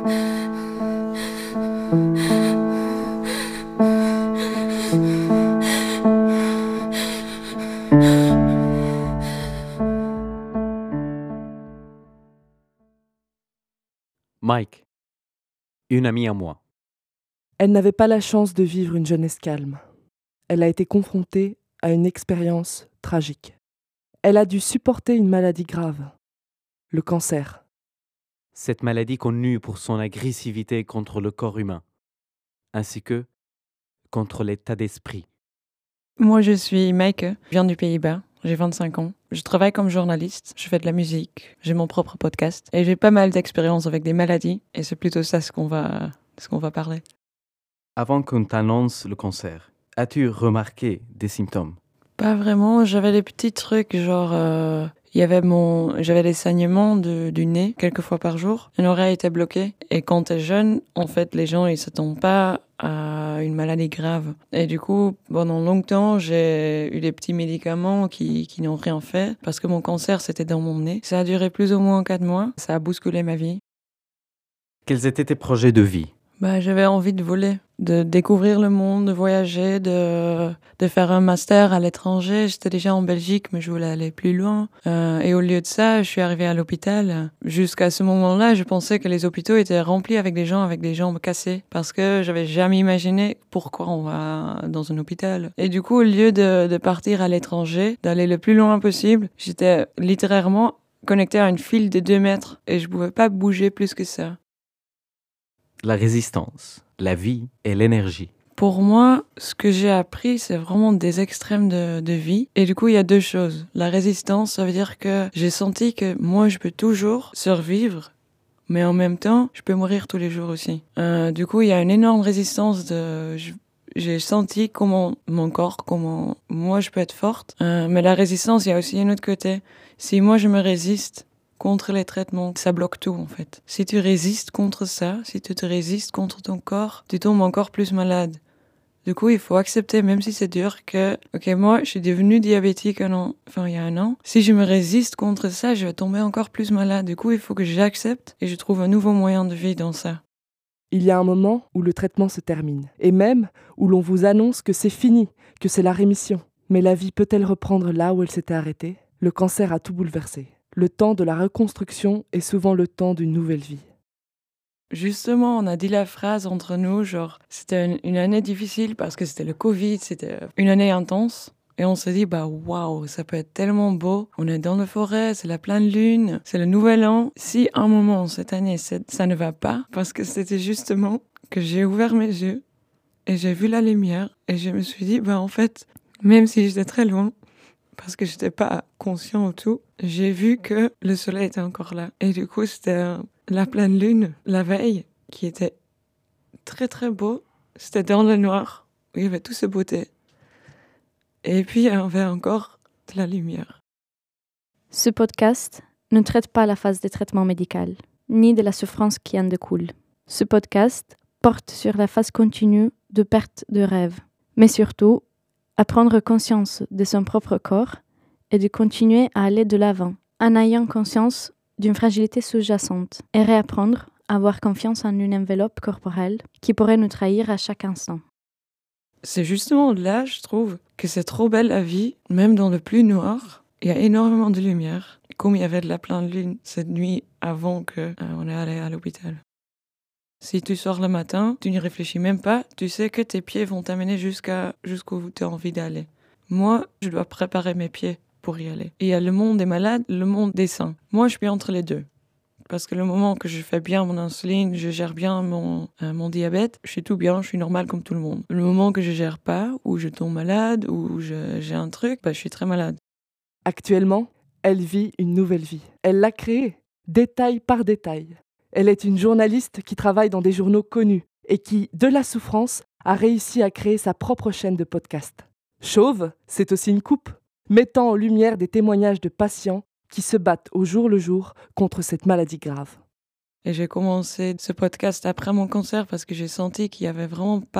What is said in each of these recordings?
Mike, une amie à moi. Elle n'avait pas la chance de vivre une jeunesse calme. Elle a été confrontée à une expérience tragique. Elle a dû supporter une maladie grave, le cancer. Cette maladie connue pour son agressivité contre le corps humain, ainsi que contre l'état d'esprit. Moi, je suis Mike, je viens du Pays-Bas, j'ai 25 ans. Je travaille comme journaliste, je fais de la musique, j'ai mon propre podcast et j'ai pas mal d'expérience avec des maladies et c'est plutôt ça ce qu'on va parler. Avant qu'on t'annonce le cancer, as-tu remarqué des symptômes? Pas vraiment, j'avais des petits trucs genre j'avais des saignements du nez quelques fois par jour. Une oreille était bloquée et quand t'es jeune, en fait, les gens ils s'attendent pas à une maladie grave. Et du coup, pendant longtemps, j'ai eu des petits médicaments qui n'ont rien fait parce que mon cancer c'était dans mon nez. Ça a duré plus ou moins 4 mois, ça a bousculé ma vie. Quels étaient tes projets de vie? J'avais envie de voler, de découvrir le monde, de voyager, de faire un master à l'étranger. J'étais déjà en Belgique, mais je voulais aller plus loin. Et au lieu de ça, je suis arrivée à l'hôpital. Jusqu'à ce moment-là, je pensais que les hôpitaux étaient remplis avec des gens avec des jambes cassées, parce que j'avais jamais imaginé pourquoi on va dans un hôpital. Et du coup, au lieu de partir à l'étranger, d'aller le plus loin possible, j'étais littéralement connectée à une file de 2 mètres et je pouvais pas bouger plus que ça. La résistance, la vie et l'énergie. Pour moi, ce que j'ai appris, c'est vraiment des extrêmes de vie. Et du coup, il y a 2 choses. La résistance, ça veut dire que j'ai senti que moi, je peux toujours survivre, mais en même temps, je peux mourir tous les jours aussi. Du coup, il y a une énorme résistance j'ai senti comment mon corps, comment moi, je peux être forte. Mais la résistance, il y a aussi un autre côté. Si moi, je me résiste contre les traitements, ça bloque tout en fait. Si tu résistes contre ça, si tu te résistes contre ton corps, tu tombes encore plus malade. Du coup, il faut accepter, même si c'est dur, que moi, je suis devenue diabétique il y a 1 an. Si je me résiste contre ça, je vais tomber encore plus malade. Du coup, il faut que j'accepte et je trouve un nouveau moyen de vie dans ça. Il y a un moment où le traitement se termine, et même où l'on vous annonce que c'est fini, que c'est la rémission. Mais la vie peut-elle reprendre là où elle s'était arrêtée? Le cancer a tout bouleversé. Le temps de la reconstruction est souvent le temps d'une nouvelle vie. Justement, on a dit la phrase entre nous, genre, c'était une année difficile parce que c'était le Covid, c'était une année intense. Et on s'est dit, waouh, ça peut être tellement beau. On est dans la forêt, c'est la pleine lune, c'est le nouvel an. Si un moment, cette année, ça ne va pas, parce que c'était justement que j'ai ouvert mes yeux et j'ai vu la lumière et je me suis dit, en fait, même si j'étais très loin, parce que j'étais pas conscient ou tout, j'ai vu que le soleil était encore là. Et du coup, c'était la pleine lune, la veille, qui était très très beau. C'était dans le noir, où il y avait toute cette beauté. Et puis, il y avait encore de la lumière. Ce podcast ne traite pas la phase des traitements médicaux, ni de la souffrance qui en découle. Ce podcast porte sur la phase continue de perte de rêve, mais surtout à prendre conscience de son propre corps et de continuer à aller de l'avant, en ayant conscience d'une fragilité sous-jacente et réapprendre à avoir confiance en une enveloppe corporelle qui pourrait nous trahir à chaque instant. C'est justement là, je trouve, que c'est trop belle la vie, même dans le plus noir. Il y a énormément de lumière, comme il y avait de la pleine lune cette nuit avant qu'on est allé à l'hôpital. Si tu sors le matin, tu n'y réfléchis même pas, tu sais que tes pieds vont t'amener jusqu'où tu as envie d'aller. Moi, je dois préparer mes pieds pour y aller. Et il y a le monde des malades, le monde des sains. Moi, je suis entre les deux. Parce que le moment que je fais bien mon insuline, je gère bien mon diabète, je suis tout bien, je suis normale comme tout le monde. Le moment que je gère pas, ou je tombe malade, ou j'ai un truc, je suis très malade. Actuellement, elle vit une nouvelle vie. Elle l'a créée, détail par détail. Elle est une journaliste qui travaille dans des journaux connus et qui, de la souffrance, a réussi à créer sa propre chaîne de podcast. Chauve, c'est aussi une coupe, mettant en lumière des témoignages de patients qui se battent au jour le jour contre cette maladie grave. Et j'ai commencé ce podcast après mon cancer parce que j'ai senti qu'il n'y avait vraiment pas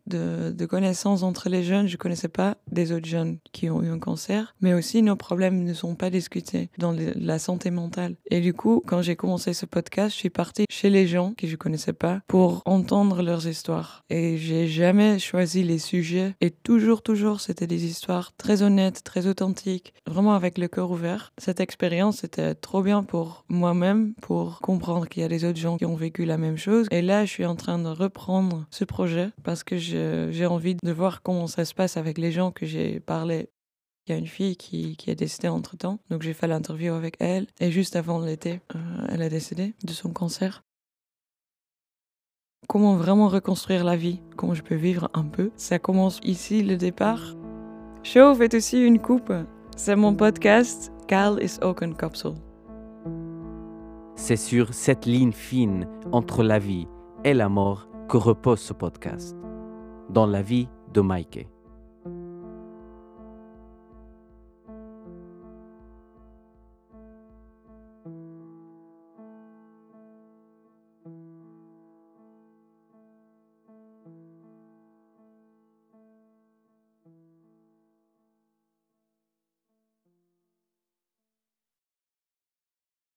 de connaissances entre les jeunes. Je connaissais pas des autres jeunes qui ont eu un cancer, mais aussi nos problèmes ne sont pas discutés dans la santé mentale. Et du coup, quand j'ai commencé ce podcast, je suis partie chez les gens que je connaissais pas pour entendre leurs histoires. Et j'ai jamais choisi les sujets. Et toujours, c'était des histoires très honnêtes, très authentiques, vraiment avec le cœur ouvert. Cette expérience était trop bien pour moi-même, pour comprendre qu'il y a des autres gens qui ont vécu la même chose. Et là, je suis en train de reprendre ce projet parce que j'ai envie de voir comment ça se passe avec les gens que j'ai parlé. Il y a une fille qui est décédée entre-temps, donc j'ai fait l'interview avec elle. Et juste avant l'été, elle a décédé de son cancer. Comment vraiment reconstruire la vie, comment je peux vivre un peu. Ça commence ici, le départ. Chauve est aussi une coupe. C'est mon podcast, Carl is ook een kapsel. C'est sur cette ligne fine entre la vie et la mort que repose ce podcast. Dans la vie de Maaike.